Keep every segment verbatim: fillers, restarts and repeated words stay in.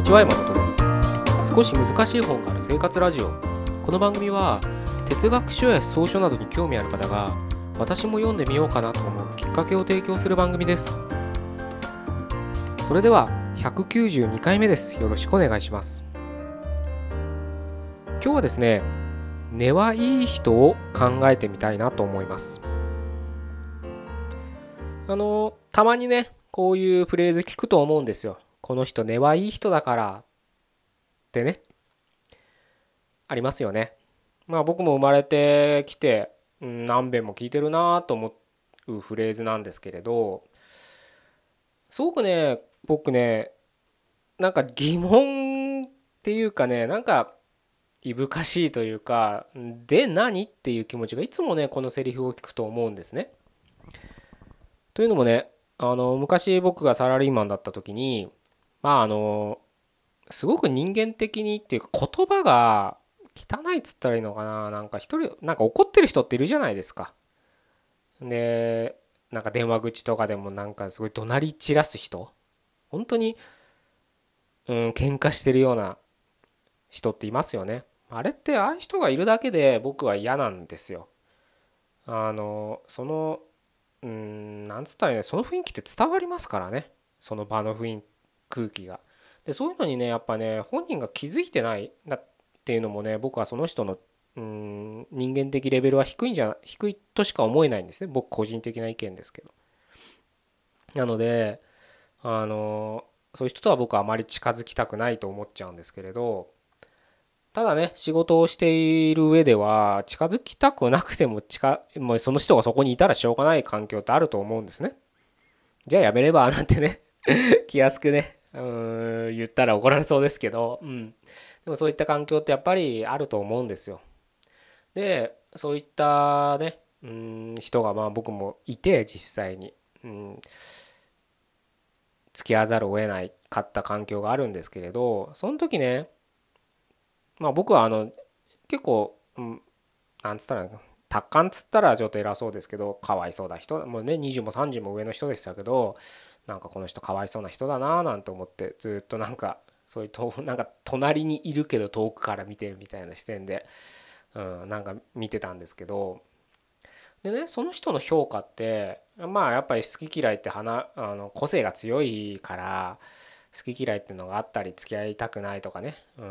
ちは、山本です。少し難しい本がある生活ラジオ。この番組は哲学書や草書などに興味ある方が私も読んでみようかなと思うきっかけを提供する番組です。それではひゃくきゅうじゅうにかいめです。よろしくお願いします。今日はですね、根はいい人を考えてみたいなと思います。あのたまにね、こういうフレーズ聞くと思うんですよ。この人根はいい人だからってね、ありますよね。まあ僕も生まれてきて、うん、何遍も聞いてるなと思うフレーズなんですけれど、すごくね、僕ね、なんか疑問っていうかね、なんかいぶかしいというか、で何っていう気持ちがいつもね、このセリフを聞くと思うんですね。というのもね、あの昔僕がサラリーマンだった時に、まああのすごく人間的にっていうか言葉が汚いっつったらいいのかな、なんか一人なんか怒ってる人っているじゃないですか。で、なんか電話口とかでもなんかすごい怒鳴り散らす人、本当に、うん、喧嘩してるような人っていますよね。あれってああいう人がいるだけで僕は嫌なんですよ。あのその、うん、なんつったらいいね、その雰囲気って伝わりますからね。その場の雰囲気、空気が。で、そういうのにね、やっぱね、本人が気づいてないだっていうのもね、僕はその人の、うん、人間的レベルは低いんじゃ、低いとしか思えないんですね。僕個人的な意見ですけど。なので、あのそういう人とは僕はあまり近づきたくないと思っちゃうんですけれど、ただね、仕事をしている上では近づきたくなくても近もうその人がそこにいたらしょうがない環境ってあると思うんですね。じゃあやめればなんてね気安くね、うーん言ったら怒られそうですけど、うん、でもそういった環境ってやっぱりあると思うんですよ。で、そういったね、うん、人がまあ僕もいて実際に、うん、付き合わざるを得ないかった環境があるんですけれど、その時ね、まあ僕はあの結構、うん、なんつったら達観っつったらちょっと偉そうですけど、かわいそうな人、もうねにじゅうもさんじゅうも上の人でしたけど、なんかこの人かわいそうな人だななんて思ってずっとなんかそういうとなんか隣にいるけど遠くから見てるみたいな視点で、うん、なんか見てたんですけど、でね、その人の評価ってまあやっぱり好き嫌いって花あの個性が強いから、好き嫌いっていうのがあったり付き合いたくないとかね、うん、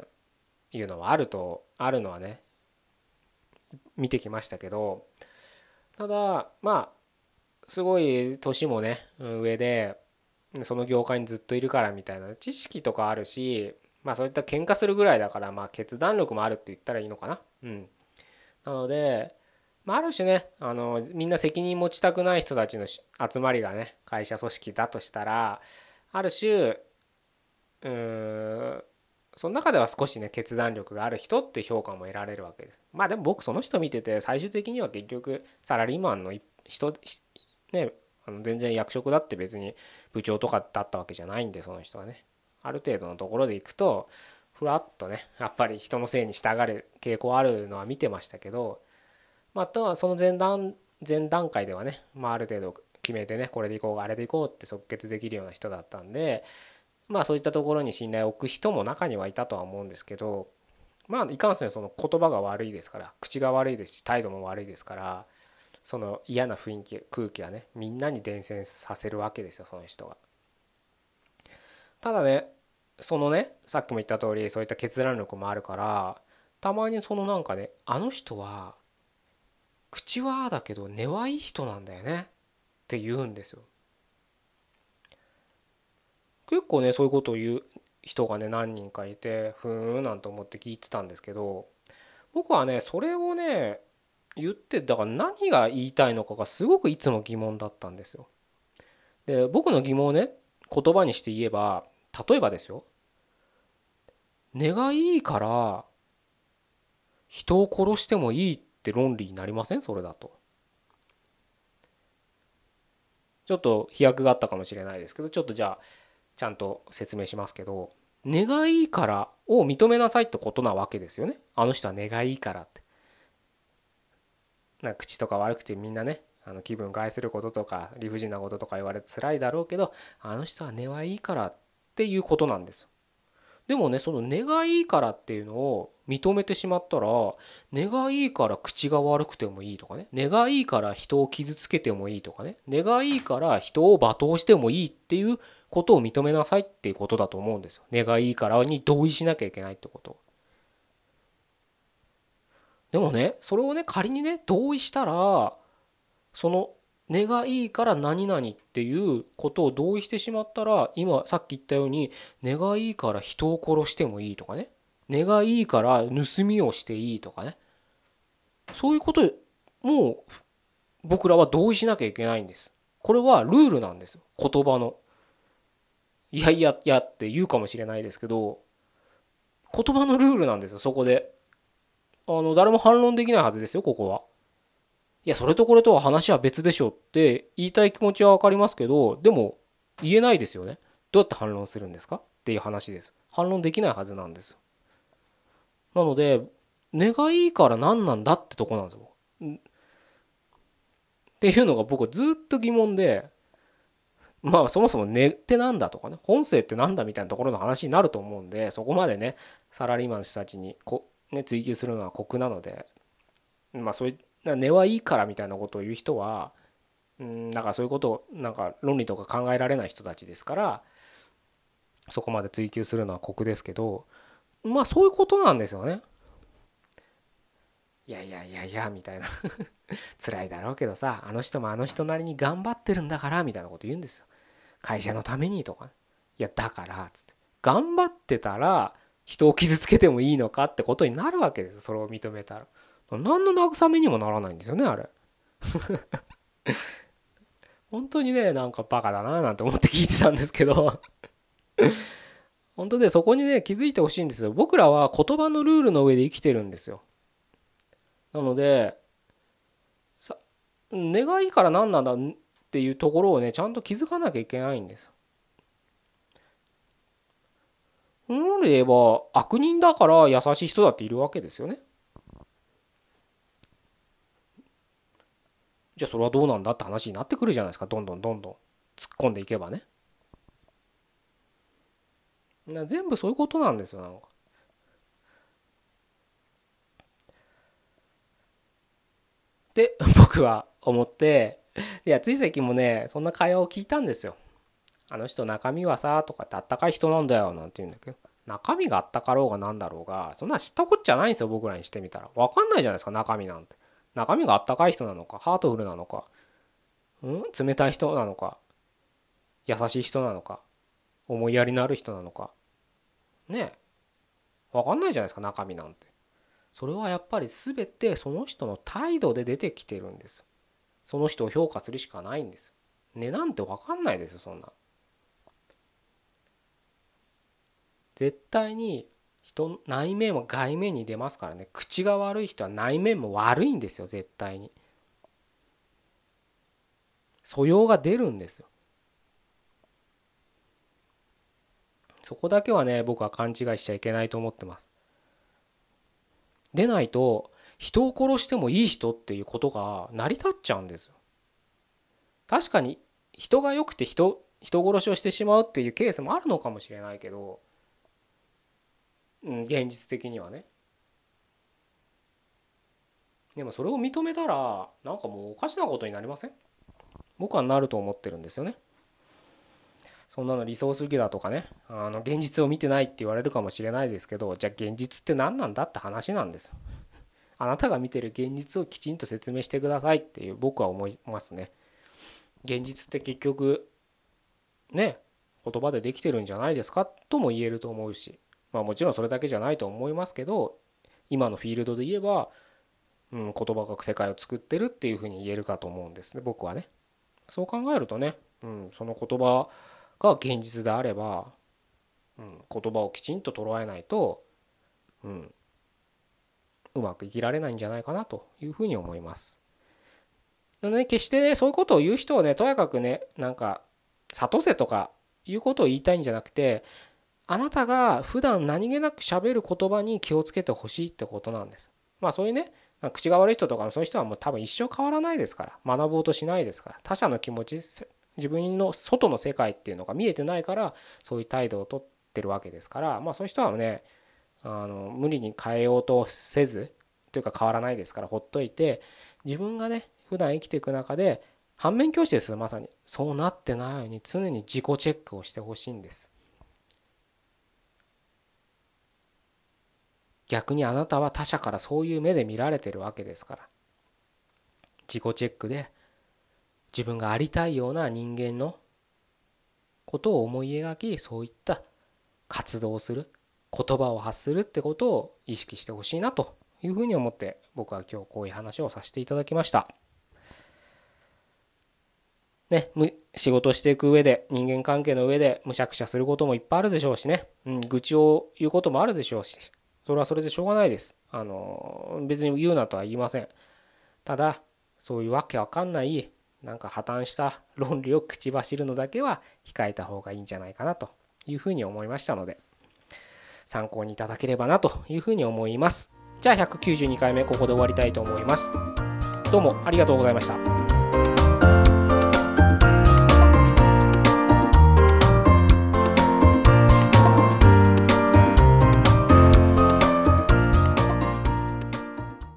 いうのはあるとあるのはね見てきましたけど、ただまあすごい年もね上でその業界にずっといるからみたいな知識とかあるし、まあそういった喧嘩するぐらいだから、まあ決断力もあるって言ったらいいのかな。うん。なので、まあある種ね、あのみんな責任持ちたくない人たちの集まりがね会社組織だとしたら、ある種うーんその中では少しね決断力がある人って評価も得られるわけです。まあでも僕その人見てて最終的には結局サラリーマンの人ね、あの全然役職だって別に部長とかだったわけじゃないんで、その人はねある程度のところでいくとふらっとねやっぱり人のせいに従う傾向あるのは見てましたけど、まあとはその前段前段階ではね、まあ、ある程度決めてねこれでいこうあれでいこうって即決できるような人だったんで、まあそういったところに信頼を置く人も中にはいたとは思うんですけど、まあいかんせんその言葉が悪いですから、口が悪いですし態度も悪いですから、その嫌な雰囲気空気はねみんなに伝染させるわけですよ、その人が。ただね、そのねさっきも言った通りそういった決断力もあるから、たまにそのなんかね、あの人は口はだけど根はいい人なんだよねって言うんですよ。結構ねそういうことを言う人がね何人かいて、ふーんなんて思って聞いてたんですけど、僕はねそれをね言ってだから何が言いたいのかがすごくいつも疑問だったんですよ。で僕の疑問をね言葉にして言えば、例えばですよ、根がいいから人を殺してもいいって論理になりません？それだとちょっと飛躍があったかもしれないですけど、ちょっとじゃあちゃんと説明しますけど、根がいいからを認めなさいってことなわけですよね。あの人は根がいいからって、なんか口とか悪くてみんなね、あの気分害することとか理不尽なこととか言われて辛いだろうけど、あの人は根はいいからっていうことなんですよ。 でもね、その根がいいからっていうのを認めてしまったら、根がいいから口が悪くてもいいとかね、根がいいから人を傷つけてもいいとかね、根がいいから人を罵倒してもいいっていうことを認めなさいっていうことだと思うんですよ。根がいいからに同意しなきゃいけないってこと。でもね、それをね、仮にね、同意したら、その根がいいから何々っていうことを同意してしまったら、今さっき言ったように、根がいいから人を殺してもいいとかね、根がいいから盗みをしていいとかね、そういうこともう僕らは同意しなきゃいけないんです。これはルールなんですよ、言葉の。いやいやいやって言うかもしれないですけど、言葉のルールなんですよ、そこで。あの誰も反論できないはずですよ、ここは。いや、それとこれとは話は別でしょって言いたい気持ちは分かりますけど、でも言えないですよね。どうやって反論するんですかっていう話です。反論できないはずなんです。なので、根がいいから何なんだってとこなんですよ。っていうのが僕はずっと疑問で、まあそもそも根ってなんだとかね、本性ってなんだみたいなところの話になると思うんで、そこまでね、サラリーマンの人たちにこ、ね、追求するのは酷なので、まあそういう、根はいいからみたいなことを言う人は、うん、だからそういうことをなんか論理とか考えられない人たちですから、そこまで追求するのは酷ですけど、まあそういうことなんですよね。いやいやいやいやみたいな辛いだろうけどさ、あの人もあの人なりに頑張ってるんだからみたいなこと言うんですよ。会社のためにとか。いやだからつって、頑張ってたら人を傷つけてもいいのかってことになるわけです。それを認めたら。何の慰めにもならないんですよね、あれ。本当にね、なんかバカだななんて思って聞いてたんですけど本当でそこにね気づいてほしいんですよ。僕らは言葉のルールの上で生きてるんですよ。なのでさ、願いから何なんだっていうところをねちゃんと気づかなきゃいけないんです。そので言えば悪人だから優しい人だっているわけですよね。じゃあそれはどうなんだって話になってくるじゃないですか。どんどんどんどん突っ込んでいけばね。全部そういうことなんですよ。なんかで僕は思って、いやつい最近もねそんな会話を聞いたんですよ。あの人中身はさとかってあったかい人なんだよなんて言うんだけど、中身があったかろうがなんだろうがそんな知ったこっちゃないんですよ。僕らにしてみたら分かんないじゃないですか。中身なんて、中身があったかい人なのかハートフルなのか、ん冷たい人なのか優しい人なのか思いやりのある人なのかね、分かんないじゃないですか中身なんて。それはやっぱり全てその人の態度で出てきてるんです。その人を評価するしかないんです。根なんて分かんないですよそんな。絶対に人内面は外面に出ますからね。口が悪い人は内面も悪いんですよ絶対に。素養が出るんですよ。そこだけはね僕は勘違いしちゃいけないと思ってます。でないと人を殺してもいい人っていうことが成り立っちゃうんですよ。確かに人が良くて人人殺しをしてしまうっていうケースもあるのかもしれないけど、うん、現実的にはね。でもそれを認めたらなんかもうおかしなことになりません？僕はなると思ってるんですよね。そんなの理想主義だとかね、あの現実を見てないって言われるかもしれないですけど、じゃあ現実って何なんだって話なんです。あなたが見てる現実をきちんと説明してくださいっていう僕は思いますね。現実って結局ね、言葉でできてるんじゃないですかとも言えると思うし、まあもちろんそれだけじゃないと思いますけど、今のフィールドで言えば、うん、言葉が世界を作ってるっていうふうに言えるかと思うんですね、僕はね。そう考えるとね、うん、その言葉が現実であれば、うん、言葉をきちんと捉えないと、うん、うまく生きられないんじゃないかなというふうに思います。なので、ね、決してね、そういうことを言う人をね、とやかくね、なんか、諭せとかいうことを言いたいんじゃなくて、あなたが普段何気なく喋る言葉に気をつけてほしいってことなんです。まあそういうね、口が悪い人とかそういう人はもう多分一生変わらないですから、学ぼうとしないですから、他者の気持ち、自分の外の世界っていうのが見えてないから、そういう態度をとっってるわけですから、まあそういう人はね、あの無理に変えようとせずというか変わらないですからほっといて、自分がね普段生きていく中で反面教師ですよ。まさにそうなってないように常に自己チェックをしてほしいんです。逆にあなたは他者からそういう目で見られてるわけですから、自己チェックで自分がありたいような人間のことを思い描き、そういった活動をする、言葉を発するってことを意識してほしいなというふうに思って、僕は今日こういう話をさせていただきました。ね、仕事していく上で、人間関係の上でむしゃくしゃすることもいっぱいあるでしょうしね、うん、愚痴を言うこともあるでしょうし、それはそれでしょうがないです。あの別に言うなとは言いません。ただそういうわけわかんないなんか破綻した論理を口走るのだけは控えた方がいいんじゃないかなというふうに思いましたので、参考にいただければなというふうに思います。じゃあひゃくきゅうじゅうにかいめここで終わりたいと思います。どうもありがとうございました。